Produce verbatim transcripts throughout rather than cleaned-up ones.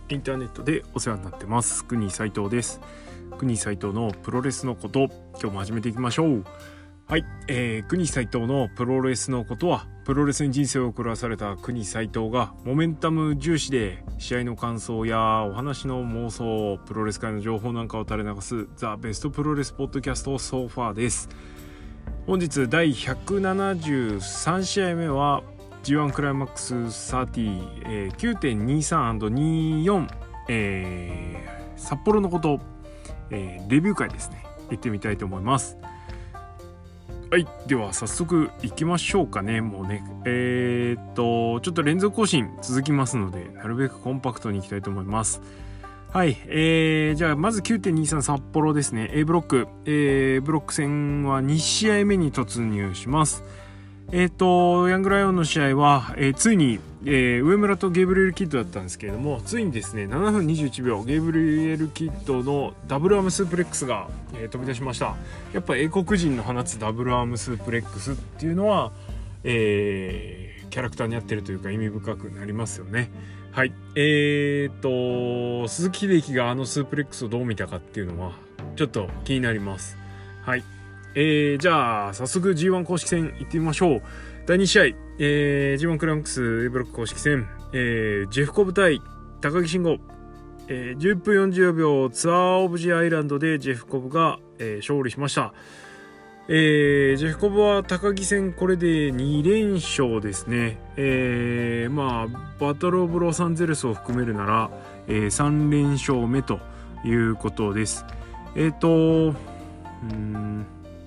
インターネットでお世話になってます国斉藤です。国斉藤のプロレスのこと、今日も始めていきましょう。はい、えー、国斉藤のプロレスのことは、プロレスに人生を狂わされた国斉藤がモメンタム重視で試合の感想やお話の妄想、プロレス界の情報なんかを垂れ流すザ・ベストプロレスポッドキャストソファーです。本日だいひゃくななじゅうさん試合目は ジーワン クライマックスさんじゅう、えー、きゅうてんにさんにじゅうよん、えー、札幌のこと、えー、レビュー会ですね、行ってみたいと思います。はい、では早速行きましょうかね。もうねえー、っとちょっと連続更新続きますので、なるべくコンパクトに行きたいと思います。はい、えー、じゃあまず きゅうてんにさん 札幌ですね。 A ブロック、えー、ブロック戦はに試合目に突入します。えーとヤングライオンの試合は、えー、ついに、えー、上村とゲイブリエルキッドだったんですけれども、ついにですねななふんにじゅういちびょうゲイブリエルキッドのダブルアームスープレックスが、えー、飛び出しました。やっぱ英国人の放つダブルアームスープレックスっていうのは、えー、キャラクターになってるというか意味深くなりますよね。はい、えーと鈴木秀樹があのスープレックスをどう見たかっていうのはちょっと気になります。はい、えー、じゃあ早速 ジーワン 公式戦行ってみましょう。だいに試合、えー、ジーワン クライマックス A ブロック公式戦、えー、ジェフコブ対高木慎吾、えー、じゅっぷんよんじゅうびょうツアーオブジアイランドでジェフコブが、えー、勝利しました。えー、ジェフコブは高木戦これでに連勝ですね。えー、まあバトルオブロサンゼルスを含めるなら、えー、さん連勝目ということです。えっ、ー、とうーん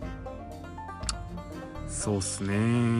そうっすね。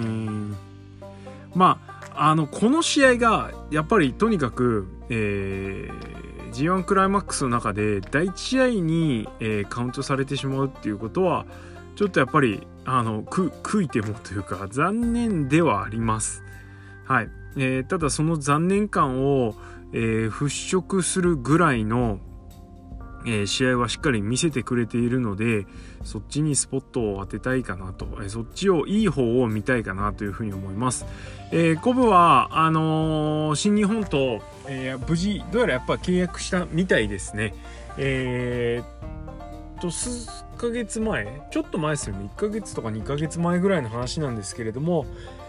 まああのこの試合がやっぱりとにかく、えー、ジーワン クライマックスの中でだいいち試合に、えー、カウントされてしまうっていうことはちょっとやっぱりあのく悔いてもというか残念ではあります。はい、えー、ただその残念感を、えー、払拭するぐらいのえー、試合はしっかり見せてくれているので、そっちにスポットを当てたいかなと、えー、そっちをいい方を見たいかなというふうに思います。えー、コブはあのー、新日本と、えー、無事どうやらやっぱ契約したみたいですね。えー、と数ヶ月前ちょっと前ですよね。いっかげつとかにかげつまえぐらいの話なんですけれども、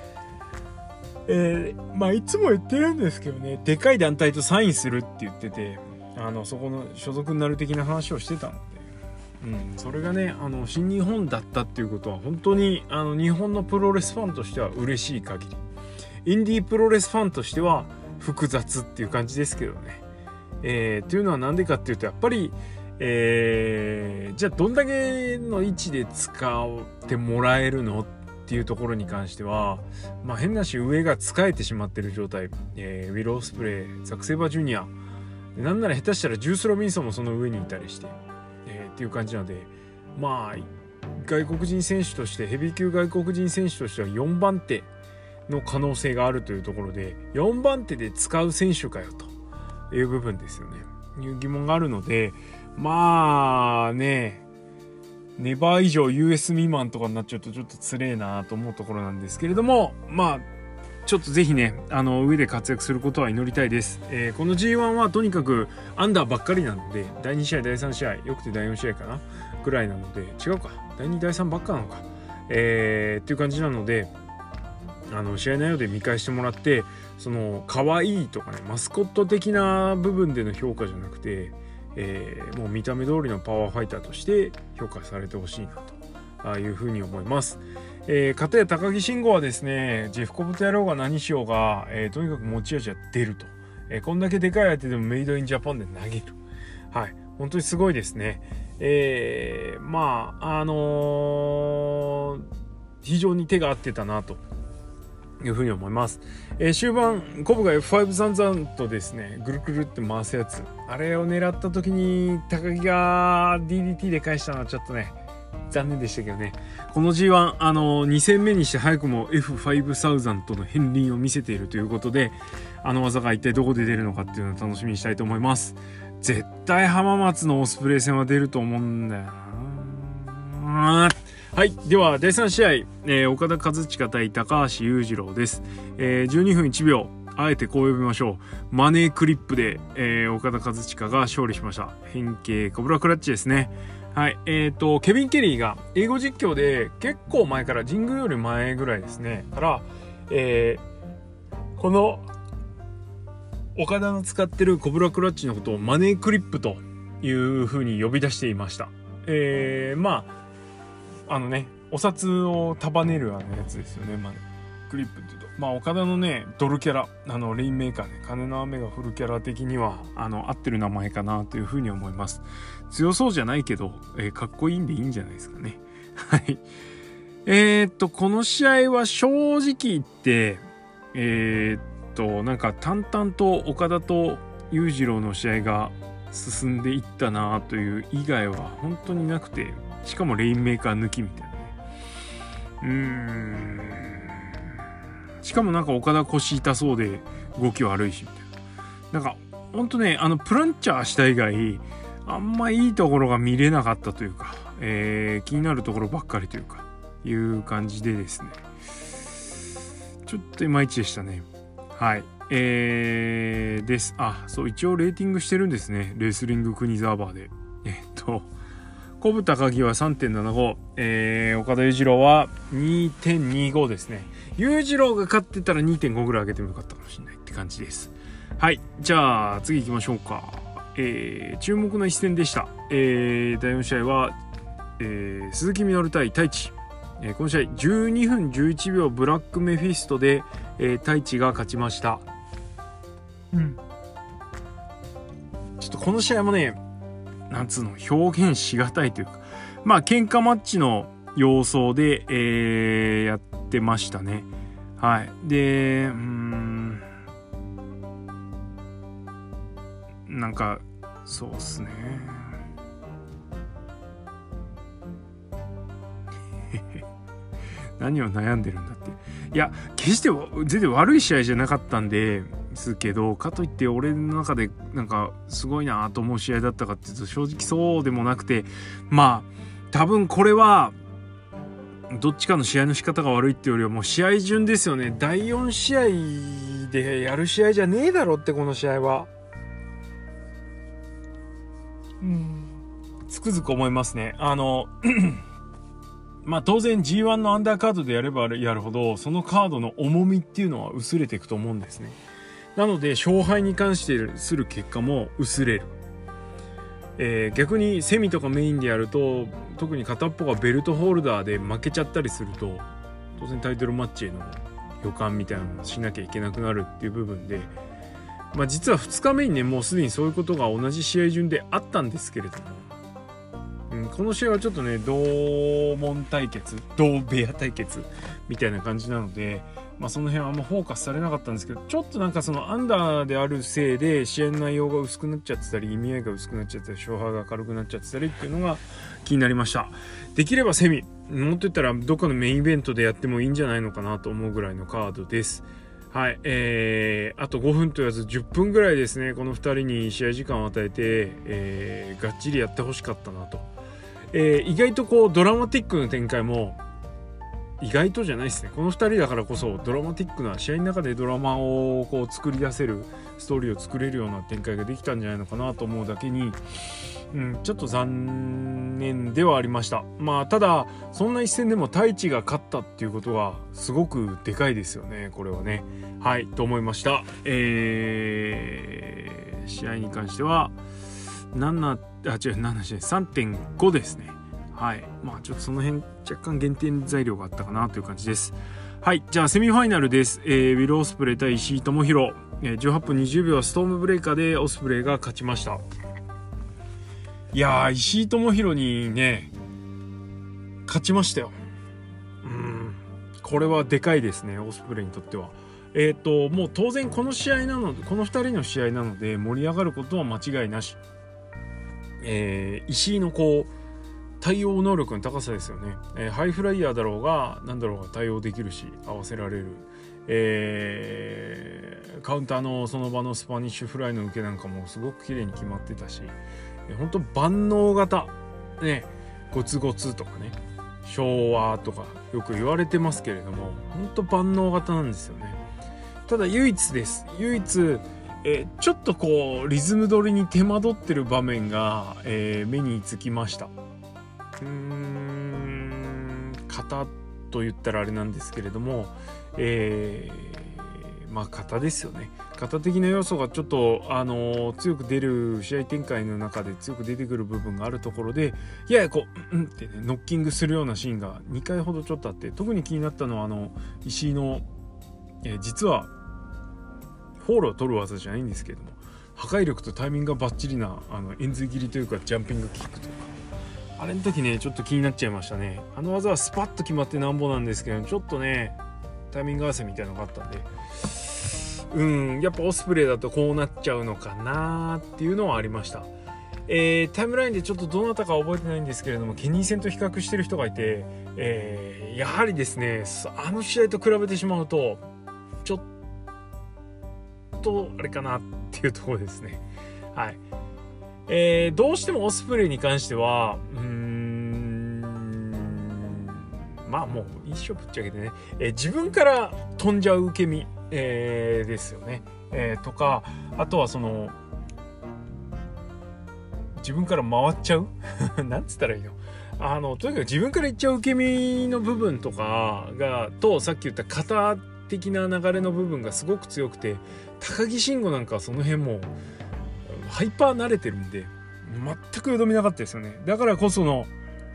えー、まあいつも言ってるんですけどね、でかい団体とサインするって言ってて、あのそこの所属になる的な話をしてたので、うん、それがねあの新日本だったっていうことは本当にあの日本のプロレスファンとしては嬉しい限り、インディープロレスファンとしては複雑っていう感じですけどね。えー、っていうのはなんでかっていうと、やっぱり、えー、じゃあどんだけの位置で使ってもらえるのっていうところに関しては、まあ、変なし上が使えてしまってる状態、えー、ウィル・オスプレイ、ザク・セイバージュニア、なんなら下手したらジュース・ロビンソンもその上にいたりして、えー、っていう感じなので、まあ外国人選手としてヘビー級外国人選手としてはよんばん手の可能性があるというところで、よんばん手で使う選手かよという部分ですよね。いう疑問があるので、まあねネバー以上 ユーエス 未満とかになっちゃうとちょっとつれえなと思うところなんですけれども、まあちょっとぜひねあの上で活躍することは祈りたいです。えー、この ジーワン はとにかくアンダーばっかりなので、だいに試合だいさん試合よくてだいよん試合かなぐらいなので、違うかだいにだいさんばっかなのか、えー、っていう感じなので、あの試合内容で見返してもらって、その可愛いとかねマスコット的な部分での評価じゃなくて、えー、もう見た目通りのパワーファイターとして評価されてほしいなとあいうふうに思います。えー、片や高木慎吾はですね、ジェフコブとやろうが何しようが、えー、とにかく持ち味は出ると、えー、こんだけでかい相手でもメイドインジャパンで投げる、はい、本当にすごいですね。えー、まああのー、非常に手が合ってたなというふうに思います。えー、終盤コブが エフファイブ ザンザンとですねぐるぐるって回すやつ、あれを狙った時に高木が ディーディーティー で返したのはちょっとね残念でしたけどね。この ジーワン あのに戦目にして早くも エフファイブ ザンザンとの片鱗を見せているということで、あの技が一体どこで出るのかっていうのを楽しみにしたいと思います。絶対浜松のオスプレイ戦は出ると思うんだよな。はい、ではだいさん試合、えー、岡田和親対高橋裕次郎です。えー、じゅうにふんいちびょうあえてこう呼びましょう。マネークリップで、えー、岡田和親が勝利しました。変形コブラクラッチですね。はい。えっと、ケビン・ケリーが英語実況で結構前から、神宮より前ぐらいですね。から、えー、この、岡田の使ってるコブラクラッチのことをマネークリップという風に呼び出していました。えー、まあ、あのね、お札を束ねるようなやつですよね。マネークリップっていうと。まあ、岡田のね、ドルキャラ、あの、レインメーカーね、金の雨が降るキャラ的には、あの、合ってる名前かなという風に思います。強そうじゃないけど、えー、かっこいいんでいいんじゃないですかね。はい。えー、っと、この試合は正直言って、えー、っと、なんか淡々と岡田と裕次郎の試合が進んでいったなという以外は本当になくて、しかもレインメーカー抜きみたいなね。うーん。しかもなんか岡田腰痛そうで動き悪いしみたいな。なんか本当ね、あのプランチャーした以外、あんまいいところが見れなかったというか、えー、気になるところばっかりというか、いう感じでですね。ちょっといまいちでしたね。はい。えー、です。あ、そう、一応レーティングしてるんですね。レスリング国ザーバーで。えっと、小武高木は さんてんななご、えー、岡田裕次郎は にてんにご ですね。裕次郎が勝ってたら にてんご ぐらい上げてもよかったかもしれないって感じです。はい。じゃあ、次行きましょうか。えー、注目の一戦でした。えー、だいよん試合は、えー、鈴木みのる対太一。えー、この試合じゅうにふんじゅういちびょうブラックメフィストで、えー、太一が勝ちました。うん。ちょっとこの試合もね、なんつうの、表現しがたいというか、まあ喧嘩マッチの様相で、えー、やってましたね。はい。で、うーん、なんかそうっすね。何を悩んでるんだって。いや、決して全然悪い試合じゃなかったんですけど、かといって俺の中でなんかすごいなと思う試合だったかっていうと正直そうでもなくて、まあ多分これはどっちかの試合の仕方が悪いっていうよりはもう試合順ですよね。だいよん試合でやる試合じゃねえだろってこの試合は。うん。つくづく思いますね。あのまあ当然 ジーワン のアンダーカードでやればやるほどそのカードの重みっていうのは薄れていくと思うんですね。なので勝敗に関してする結果も薄れる。えー、逆にセミとかメインでやると特に片っぽがベルトホルダーで負けちゃったりすると当然タイトルマッチへの予感みたいなのをしなきゃいけなくなるっていう部分で、まあ実はふつかめにねもうすでにそういうことが同じ試合順であったんですけれども、うん、この試合はちょっとね同門対決同部屋対決みたいな感じなので、まあ、その辺はあんまフォーカスされなかったんですけど、ちょっとなんかそのアンダーであるせいで試合の内容が薄くなっちゃってたり意味合いが薄くなっちゃったり勝敗が軽くなっちゃってたりっていうのが気になりました。できればセミもっと言ったらどっかのメインイベントでやってもいいんじゃないのかなと思うぐらいのカードです。はい、えー、あとごふんと言わずじゅっぷんぐらいですね、このふたりに試合時間を与えて、えー、がっちりやってほしかったなと。えー、意外とこうドラマティックな展開も意外とじゃないですね、このふたりだからこそドラマティックな試合の中でドラマをこう作り出せるストーリーを作れるような展開ができたんじゃないのかなと思うだけに、うん、ちょっと残念ではありました。まあただそんな一戦でも太一が勝ったっていうことはすごくでかいですよね、これはね。はいと思いました。えー、試合に関してはななあ違うなな さんてんご ですね。はい。まあちょっとその辺若干減点材料があったかなという感じです。はい。じゃあセミファイナルです。えー、ウィル・オスプレイ対石井智弘。えー、じゅうはっぷんにじゅうびょうはストームブレイカーでオスプレイが勝ちました。いやー、石井智弘にね、勝ちましたよ。うん。これはでかいですね、オスプレイにとっては。えっと、もう当然この試合なので、このふたりの試合なので盛り上がることは間違いなし。えー、石井のこう、対応能力の高さですよね、えー、ハイフライヤーだろうが何だろうが対応できるし合わせられる、えー、カウンターのその場のスパニッシュフライの受けなんかもすごく綺麗に決まってたし、えー、本当万能型ね、ゴツゴツとかね昭和とかよく言われてますけれども本当万能型なんですよね。 ただ唯一です唯一、えー、ちょっとこうリズム取りに手間取ってる場面が、えー、目につきました。うーん型と言ったらあれなんですけれども、えー、まあ型ですよね。型的な要素がちょっと、あのー、強く出る試合展開の中で強く出てくる部分があるところでややこううんってねノッキングするようなシーンがにかいほどちょっとあって、特に気になったのはあの石井の、えー、実はフォールを取る技じゃないんですけれども破壊力とタイミングがバッチリなあの円髄切りというかジャンピングキックとか、あれの時ねちょっと気になっちゃいましたね。あの技はスパッと決まってなんぼなんですけどちょっとねタイミング合わせみたいなのがあったんで、うんやっぱオスプレイだとこうなっちゃうのかなっていうのはありました。えー、タイムラインでちょっとどなたか覚えてないんですけれどもケニー戦と比較してる人がいて、えー、やはりですねあの試合と比べてしまうとちょっとあれかなっていうところですね。はい、えー、どうしてもオスプレイに関してはうーんまあもう一生ぶっちゃけてね、えー、自分から飛んじゃう受け身、えー、ですよね、えー、とかあとはその自分から回っちゃうなんつったらいいのあのとにかく自分からいっちゃう受け身の部分とかがとさっき言った型的な流れの部分がすごく強くて、高木慎吾なんかはその辺もハイパー慣れてるんで全くよどみなかったですよね。だからこその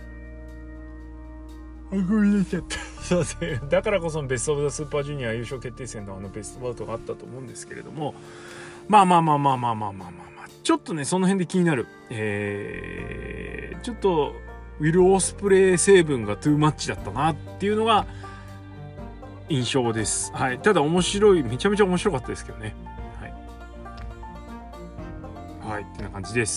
あごめんなさいそうですねだからこそのベストオブザスーパージュニア優勝決定戦のあのベストバウトがあったと思うんですけれども、まあまあまあまあまあまあまあまあまあちょっとねその辺で気になる、えー、ちょっとウィル・オスプレイ成分がトゥーマッチだったなっていうのが印象です。はい、ただ面白いめちゃめちゃ面白かったですけどね。はい、はい、ってな感じです。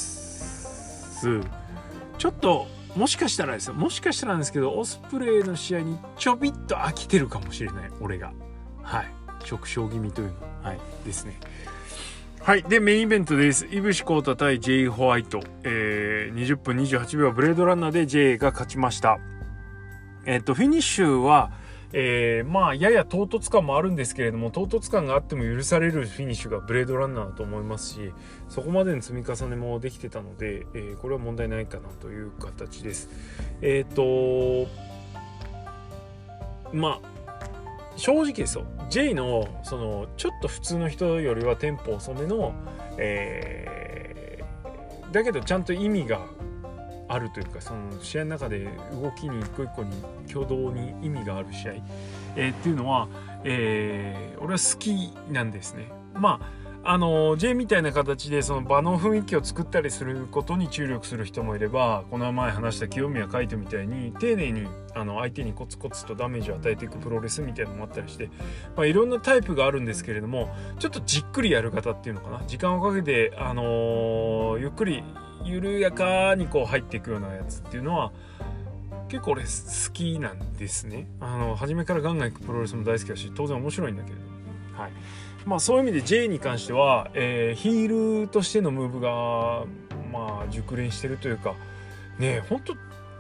ちょっともしかしたらですよもしかしたらなんですけどオスプレイの試合にちょびっと飽きてるかもしれない俺が。はい、食傷気味というのはいですね。はい。で、メインイベントです。イブシコータ対 ジェイ ホワイト。えー、にじゅっぷんにじゅうはちびょうブレードランナーで J が勝ちました。えっと、フィニッシュは、えー、まあ、やや唐突感もあるんですけれども、唐突感があっても許されるフィニッシュがブレードランナーだと思いますし、そこまでの積み重ねもできてたので、えー、これは問題ないかなという形です。えっと、まあ、正直ですよ J のそのちょっと普通の人よりはテンポ遅めの、えー、だけどちゃんと意味があるというかその試合の中で動きに一個一個に挙動に意味がある試合、えー、っていうのは、えー、俺は好きなんですね。まああの J みたいな形でその場の雰囲気を作ったりすることに注力する人もいれば、この前話した清宮海斗みたいに丁寧にあの相手にコツコツとダメージを与えていくプロレスみたいなのもあったりして、まあ、いろんなタイプがあるんですけれども、ちょっとじっくりやる方っていうのかな、時間をかけて、あのー、ゆっくり緩やかにこう入っていくようなやつっていうのは結構俺好きなんですね。あの初めからガンガンいくプロレスも大好きだし当然面白いんだけれども、はい、まあそういう意味で J に関しては、えー、ヒールとしてのムーブがまあ熟練してるというかね、本当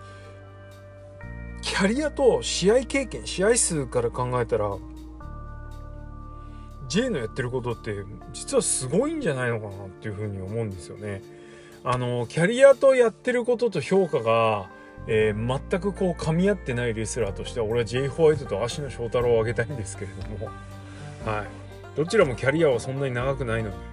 キャリアと試合経験試合数から考えたら J のやってることって実はすごいんじゃないのかなっていうふうに思うんですよね。あのキャリアとやってることと評価が、えー、全くこう噛み合ってないレスラーとしては俺は J ホワイトと芦野翔太郎を挙げたいんですけれども、はい、どちらもキャリアはそんなに長くないので、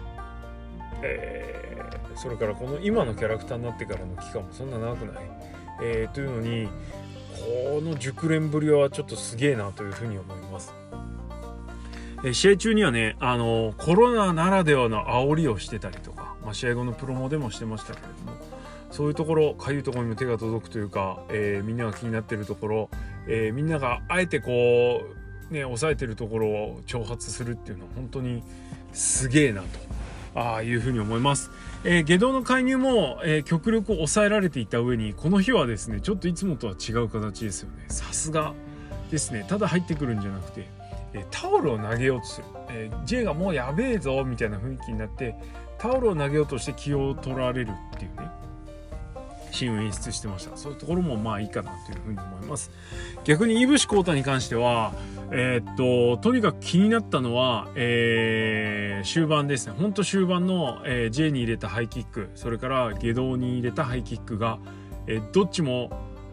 えー、それからこの今のキャラクターになってからの期間もそんな長くない、えー、というのにこの熟練ぶりはちょっとすげえなというふうに思います。えー、試合中にはね、あのコロナならではの煽りをしてたりとか、まあ、試合後のプロモでもしてましたけれども、そういうところかゆいところにも手が届くというか、えー、みんなが気になっているところ、えー、みんながあえてこうね抑えてるところを挑発するっていうのは本当にすげえなとあいうふうに思います。えー、下道の介入も、えー、極力抑えられていた上にこの日はですねちょっといつもとは違う形ですよね。さすがですね。ただ入ってくるんじゃなくて、えー、タオルを投げようとする、えー、J がもうやべえぞみたいな雰囲気になってタオルを投げようとして気を取られるっていうねシーンを演出してました。そういうところもまあいいかなというふうに思います。逆に井伏浩太に関しては、 えー、っととにかく気になったのは、えー、終盤ですね。ほんと終盤の、えー、J に入れたハイキック、それから下道に入れたハイキックが、えー、どっちも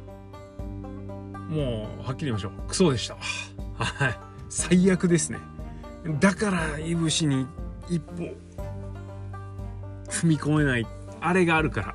もうはっきり言いましょう、クソでした。はい、最悪ですね。だからいぶしに一歩踏み込めないあれがあるから、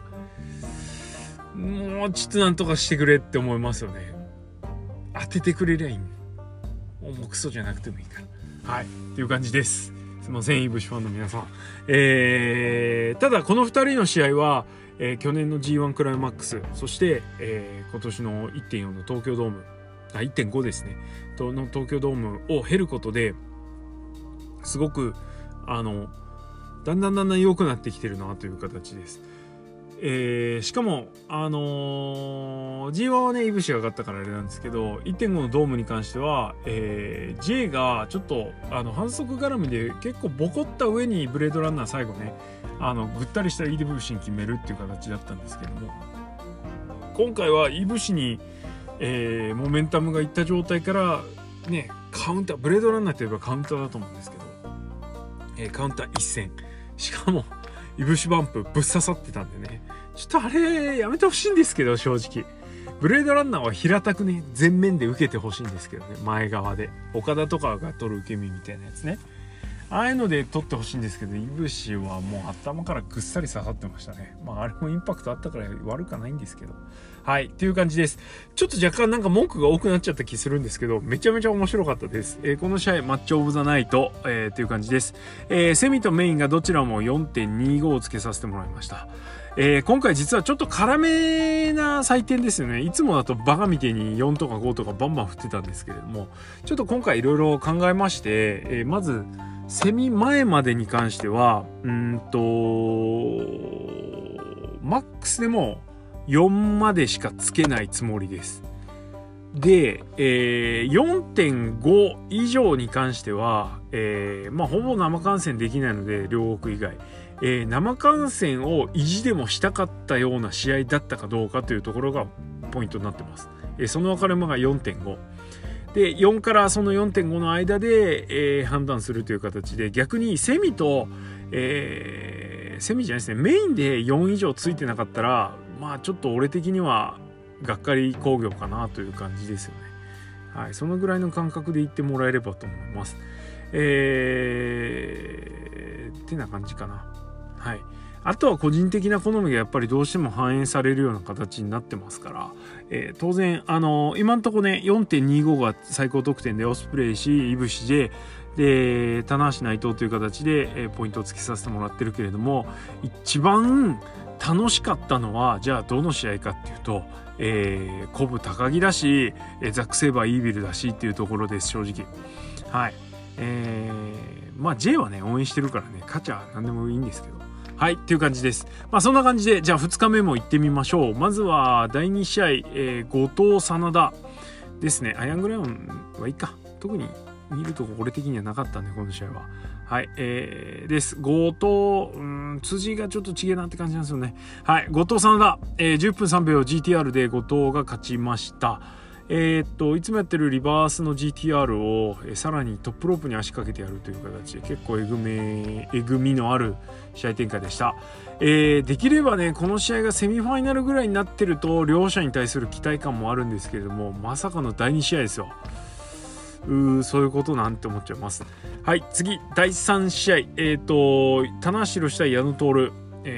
もうちょっとなんとかしてくれって思いますよね。当ててくれりゃいい。もうクソじゃなくてもいいから。はい、っていう感じです。すいません、イブシファンの皆さん。えー、ただこのふたりの試合は、えー、去年の ジーワン クライマックス、そして、えー、今年の いってんよん の東京ドーム、あ いってんご ですねとの東京ドームを経ることですごくあのだんだんだんだん良くなってきてるなという形です。えー、しかもあのー、ジーワン はねイブシが上がったからあれなんですけど、 いってんご のドームに関しては、えー、J がちょっとあの反則絡みで結構ボコった上にブレードランナー最後ねあのぐったりしたイブシに決めるっていう形だったんですけども、今回はイブシに、えー、モメンタムがいった状態からねカウンター、ブレードランナーといえばカウンターだと思うんですけど、えー、カウンター一戦、しかもイブシバンプぶっ刺さってたんでね、ちょっとあれやめてほしいんですけど、正直ブレードランナーは平たくね前面で受けてほしいんですけどね、前側で岡田とかが取る受け身みたいなやつね、ああいうので取ってほしいんですけど、イブシはもう頭からぐっさり刺さってましたね。まああれもインパクトあったから悪くはないんですけど、はいっていう感じです。ちょっと若干なんか文句が多くなっちゃった気するんですけど、めちゃめちゃ面白かったです。えー、この試合マッチオブザナイト、えー、っていう感じです。えー、セミとメインがどちらも よんてんにご をつけさせてもらいました。えー、今回実はちょっと辛めな採点ですよね。いつもだとバカみてえによんとかごとかバンバン振ってたんですけれども、ちょっと今回いろいろ考えまして、えー、まずセミ前までに関してはうんとマックスでもよんまでしかつけないつもりです。で、えー、よんてんご 以上に関しては、えー、まあほぼ生観戦できないので両国以外、えー、生観戦を意地でもしたかったような試合だったかどうかというところがポイントになってます。えー、その分かれ目が よんてんごで、よんからその よんてんご の間で、えー、判断するという形で、逆にセミと、えー、セミじゃないですね、メインでよん以上ついてなかったら、まあちょっと俺的にはがっかり工業かなという感じですよね。はい、そのぐらいの感覚で言ってもらえればと思います。えー、ってな感じかな。はい。あとは個人的な好みがやっぱりどうしても反映されるような形になってますから、えー、当然あの今んとこね よんてんにご が最高得点でオスプレイしイブシでで棚橋内藤という形で、えー、ポイントをつけさせてもらってるけれども、一番楽しかったのはじゃあどの試合かっていうと、えー、コブ高木だし、えー、ザックセイバーイービルだしっていうところです正直。はい。えー、まあ J はね応援してるからね勝ちは何でもいいんですけど、はいっていう感じです。まあそんな感じでじゃあふつかめも行ってみましょう。まずはだいに試合、えー、後藤真田ですね。アイアングラウンはいいか、特に見るとこ俺的にはなかったんでこの試合は。はい、えー、です。後藤、うん、辻がちょっとちげえなって感じなんですよね。はい、後藤真田、えー、じゅっぷんさんびょう ジーティーアール で後藤が勝ちました。えー、っといつもやってるリバースの ジーティーアール を、えー、さらにトップロープに足かけてやるという形で結構えぐめえぐみのある試合展開でした。えー、できればねこの試合がセミファイナルぐらいになってると両者に対する期待感もあるんですけれども、まさかのだいに試合ですよ。うーそういうことなんて思っちゃいます。はい、次だいさん試合、えー、っと棚橋宏対矢野徹、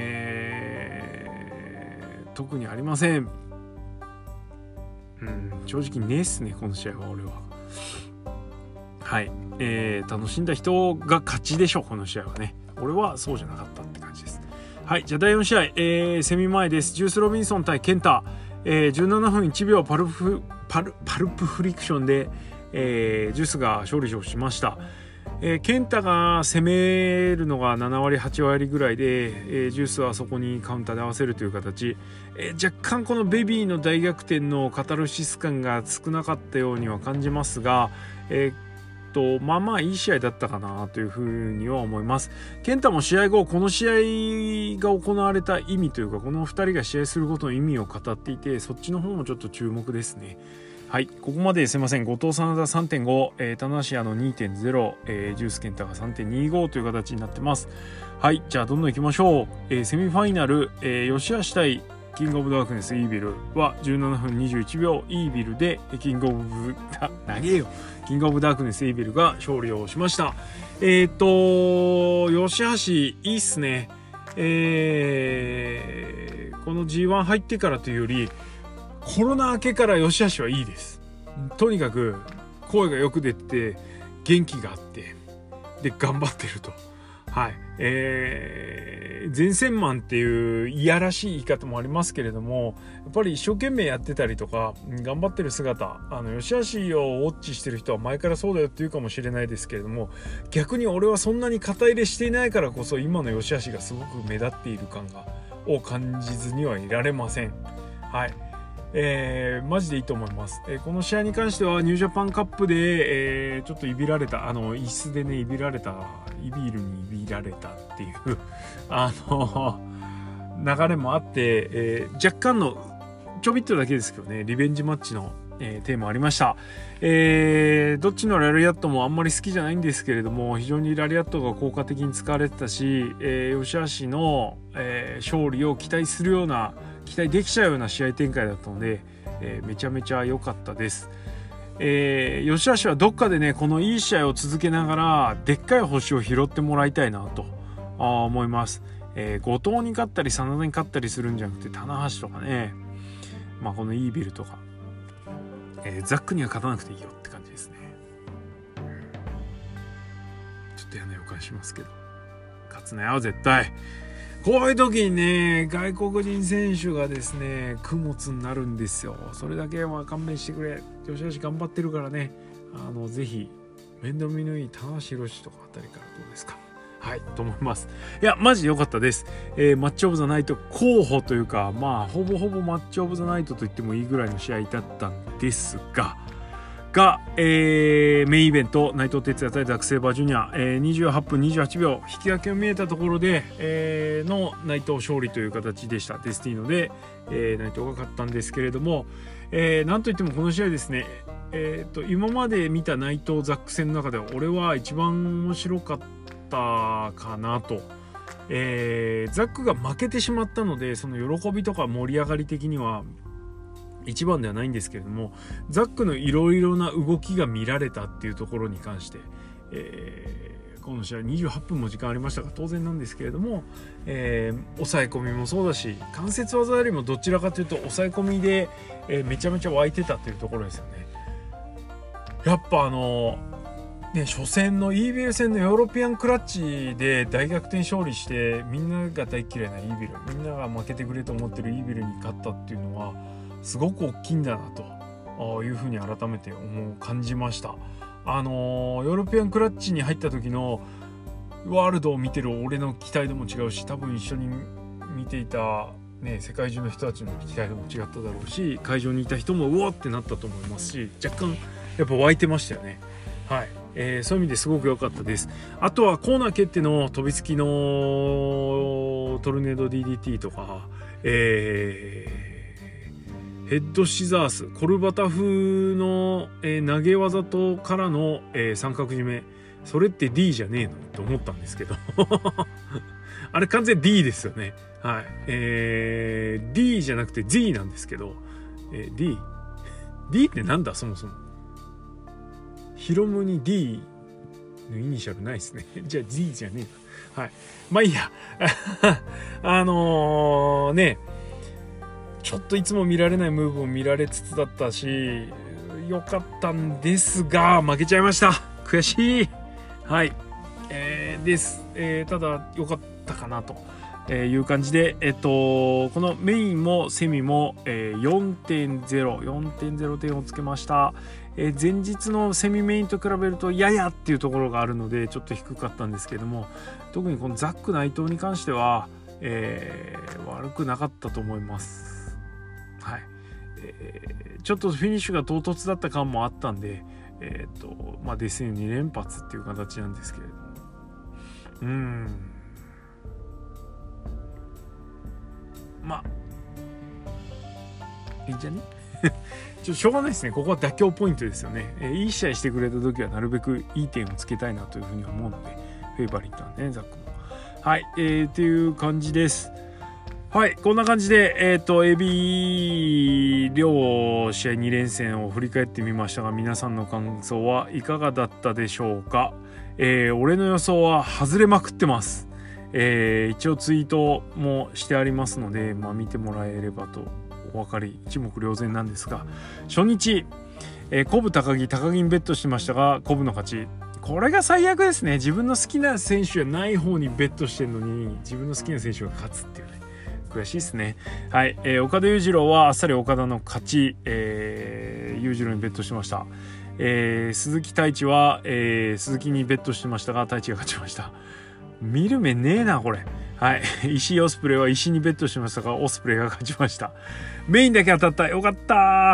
えー、特にありません。うん、正直ねえっすねこの試合は俺は。はい、えー、楽しんだ人が勝ちでしょこの試合はね。俺はそうじゃなかったって感じです。はい、じゃあだいよん試合、えー、セミ前です。ジュース・ロビンソン対ケンタ、えー、じゅうななふんいちびょうパルプパルパルプフリクションで、えー、ジュースが勝利をしました。えー、ケンタが攻めるのがななわりはちわりぐらいで、えー、ジュースはそこにカウンターで合わせるという形、えー、若干このベビーの大逆転のカタルシス感が少なかったようには感じますが、えーとまあまあいい試合だったかなというふうには思います。ケンタも試合後この試合が行われた意味というかこのふたりが試合することの意味を語っていて、そっちの方もちょっと注目ですね。 はい、ここまですいません。後藤真田 さんてんご、えー、棚橋あの にてんゼロ、えー、ジュース健太が さんてんにじゅうご という形になってます。はい、じゃあどんどんいきましょう。えー、セミファイナル、えー、吉橋対キングオブダークネスイービルはじゅうななふんにじゅういちびょう、イービルでキングオブダ投げよキングオブダークネスイービルが勝利をしました。えっ、ー、と吉橋いいっすね。えー、この ジーワン 入ってからというよりコロナ明けから吉橋はいいです。とにかく声がよく出て元気があってで頑張ってると。はい、えー、前線マンっていういやらしい言い方もありますけれども、やっぱり一生懸命やってたりとか頑張ってる姿、あの吉橋をウォッチしてる人は前からそうだよって言うかもしれないですけれども、逆に俺はそんなに肩入れしていないからこそ今の吉橋がすごく目立っている感がを感じずにはいられません。はい、えー、マジでいいと思います。えー、この試合に関してはニュージャパンカップで、えー、ちょっといびられた、あの椅子でねいびられた、イビールにいびられたっていうあの流れもあって、えー、若干のちょびっとだけですけどねリベンジマッチの、えー、テーマありました。えー、どっちのラリアットもあんまり好きじゃないんですけれども、非常にラリアットが効果的に使われてたし、えー、吉橋の、えー、勝利を期待するような期待できちゃうような試合展開だったので、えー、めちゃめちゃ良かったです。えー、吉橋はどっかでねこのいい試合を続けながらでっかい星を拾ってもらいたいなとあ思います。えー、後藤に勝ったり真田に勝ったりするんじゃなくて棚橋とかね、まあ、このイービルとか、えー、ザックには勝たなくていいよって感じですね。ちょっと嫌な予感しますけど勝つなよ絶対。こういう時にね外国人選手がですね供物になるんですよ。それだけは勘弁してくれ。吉橋頑張ってるからね、あのぜひ面倒見のいい棚橋宏とかあたりからどうですか。はいと思います。いやマジで良かったです。えー、マッチオブザナイト候補というか、まあほぼほぼマッチオブザナイトと言ってもいいぐらいの試合だったんですがが、えー、メインイベント内藤哲也対ザック・セイバージュニア、えー、にじゅうはっぷんにじゅうはちびょう引き分けを見えたところで、えー、の内藤勝利という形でした。デスティーノで、えー、内藤が勝ったんですけれども、えー、なんといってもこの試合ですね、えー、と今まで見た内藤ザック戦の中では俺は一番面白かったかなと。えー、ザックが負けてしまったのでその喜びとか盛り上がり的には一番ではないんですけれども、ザックのいろいろな動きが見られたっていうところに関して、えー、この試合にじゅうはっぷんも時間ありましたが当然なんですけれども、えー、抑え込みもそうだし関節技よりもどちらかというと抑え込みで、えー、めちゃめちゃ湧いてたっていうところですよね。やっぱあのね、初戦のイービル戦のヨーロピアンクラッチで大逆転勝利してみんなが大嫌いなイービル、みんなが負けてくれと思ってるイービルに勝ったっていうのはすごく大きいんだなというふうに改めて思う感じました。あのヨーロピアンクラッチに入った時のワールドを見てる俺の期待度も違うし、多分一緒に見ていた、ね、世界中の人たちの期待度も違っただろうし、会場にいた人もうおーってなったと思いますし、若干やっぱ湧いてましたよね。はい、えー、そういう意味ですごく良かったです。あとはコーナー蹴っての飛びつきのトルネード ディーディーティー とか、えーヘッドシザースコルバタ風の、えー、投げ技とからの、えー、三角締め、それって D じゃねえのって思ったんですけどあれ完全 D ですよね。はい、えー、D じゃなくて Z なんですけど、えー、D D ってなんだそもそも。ヒロムに D のイニシャルないですねじゃあ Z じゃねえな。はい、まあいいやあのー、ねちょっといつも見られないムーブを見られつつだったし良かったんですが負けちゃいました。悔しい。はい、えー、です、えー、ただ良かったかなという感じで、えっと、このメインもセミも よんてんゼロ、よんてんゼロ 点をつけました。えー、前日のセミメインと比べるとややっていうところがあるのでちょっと低かったんですけれども、特にこのザック内藤に関しては、えー、悪くなかったと思います。はい、えー、ちょっとフィニッシュが唐突だった感もあったんで、えーとまあ、デスにに連発っていう形なんですけれども、うーんまあいいんじゃねちょっとしょうがないですね。ここは妥協ポイントですよね。えー、いい試合してくれた時はなるべくいい点をつけたいなというふうに思うので、フェイバリットなんでね、ザックも。はい、えー、っていう感じです。はい、こんな感じで、えっと、エービー 両試合に連戦を振り返ってみましたが、皆さんの感想はいかがだったでしょうか。えー、俺の予想は外れまくってます。えー、一応ツイートもしてありますので、まあ、見てもらえればとお分かり一目瞭然なんですが、初日、えー、コブ高木高木にベットしてましたが、コブの勝ち。これが最悪ですね。自分の好きな選手じゃない方にベットしてるのに、自分の好きな選手が勝つっていうね、悔しいですね。はい、えー、岡田裕次郎はあっさり岡田の勝ち、えー、裕次郎にベットしてました。えー、鈴木太一は、えー、鈴木にベットしてましたが、太一が勝ちました。見る目ねえなこれ。はい、石井オスプレイは石にベットしてましたが、オスプレイが勝ちました。メインだけ当たった、よかった。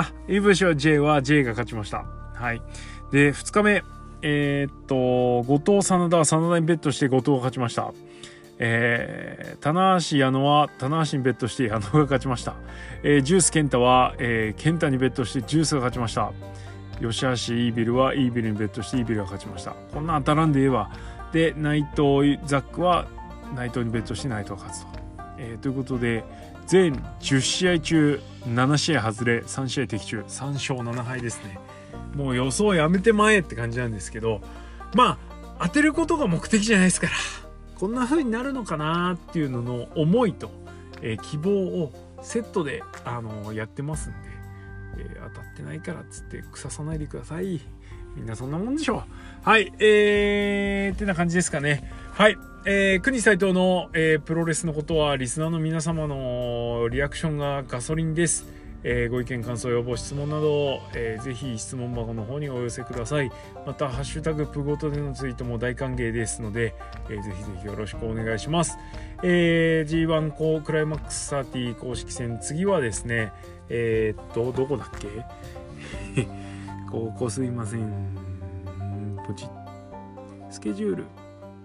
イブシは J は J が勝ちました。はい。でふつかめ、えー、っと後藤真田は真田にベットして後藤が勝ちました。えー、棚橋矢野は棚橋にベットして矢野が勝ちました。えー、ジュース健太は、えー、健太にベットしてジュースが勝ちました。吉橋イービルはイービルにベットしてイービルが勝ちました。こんな当たらんでええわ。で内藤ザックは内藤にベットして内藤が勝つと、えー、ということで全じゅっしあい中ななしあい外れさんしあい的中、さんしょうななはいですね。もう予想やめてまえって感じなんですけど、まあ当てることが目的じゃないですから、こんな風になるのかなっていうのの思いと、えー、希望をセットで、あのー、やってますんで、えー、当たってないからっつって腐さないでください。みんなそんなもんでしょう。はい、えー、ってな感じですかね。はい、えー、国斉藤の、えー、プロレスのことはリスナーの皆様のリアクションがガソリンです。えー、ご意見感想要望質問など、えー、ぜひ質問箱の方にお寄せください。またハッシュタグプゴトでのツイートも大歓迎ですので、えー、ぜひぜひよろしくお願いします。えー、ジーワン コークライマックスサーティ公式戦、次はですね、えー、っとどこだっけここすいません、ポチッスケジュール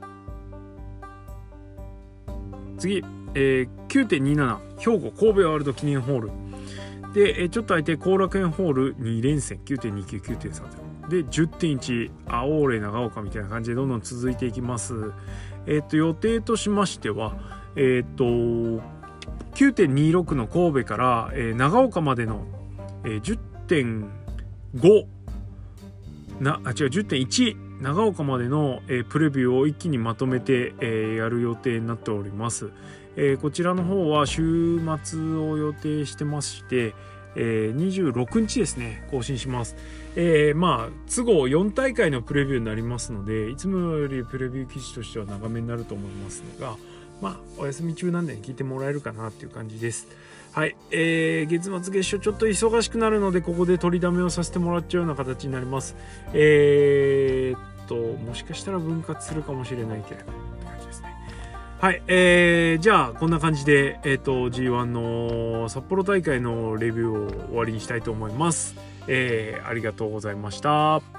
次、えー、きゅうてんにじゅうなな 兵庫神戸ワールド記念ホールで、えー、ちょっと空いて後楽園ホールに連戦 きゅうてんにきゅう、きゅうてんさんゼロ で じゅってんいち 青俺長岡みたいな感じでどんどん続いていきます。えっと予定としましてはえっと きゅうてんにじゅうろく の神戸から、えー、長岡までの、えー、じゅってんご なあ違う じゅってんいち 長岡までの、えー、プレビューを一気にまとめて、えー、やる予定になっております。えー、こちらの方は週末を予定してまして、えー、にじゅうろくにちですね更新します。えー、まあ都合よんたいかいのプレビューになりますので、いつもよりプレビュー記事としては長めになると思いますが、まあお休み中なんで聞いてもらえるかなっていう感じです。はい、えー、月末月初ちょっと忙しくなるのでここで取りだめをさせてもらっちゃうような形になります。えー、っともしかしたら分割するかもしれないけれどって感じですね。はい、えー、じゃあこんな感じで、えー、と ジーワン の札幌大会のレビューを終わりにしたいと思います。えー、ありがとうございました。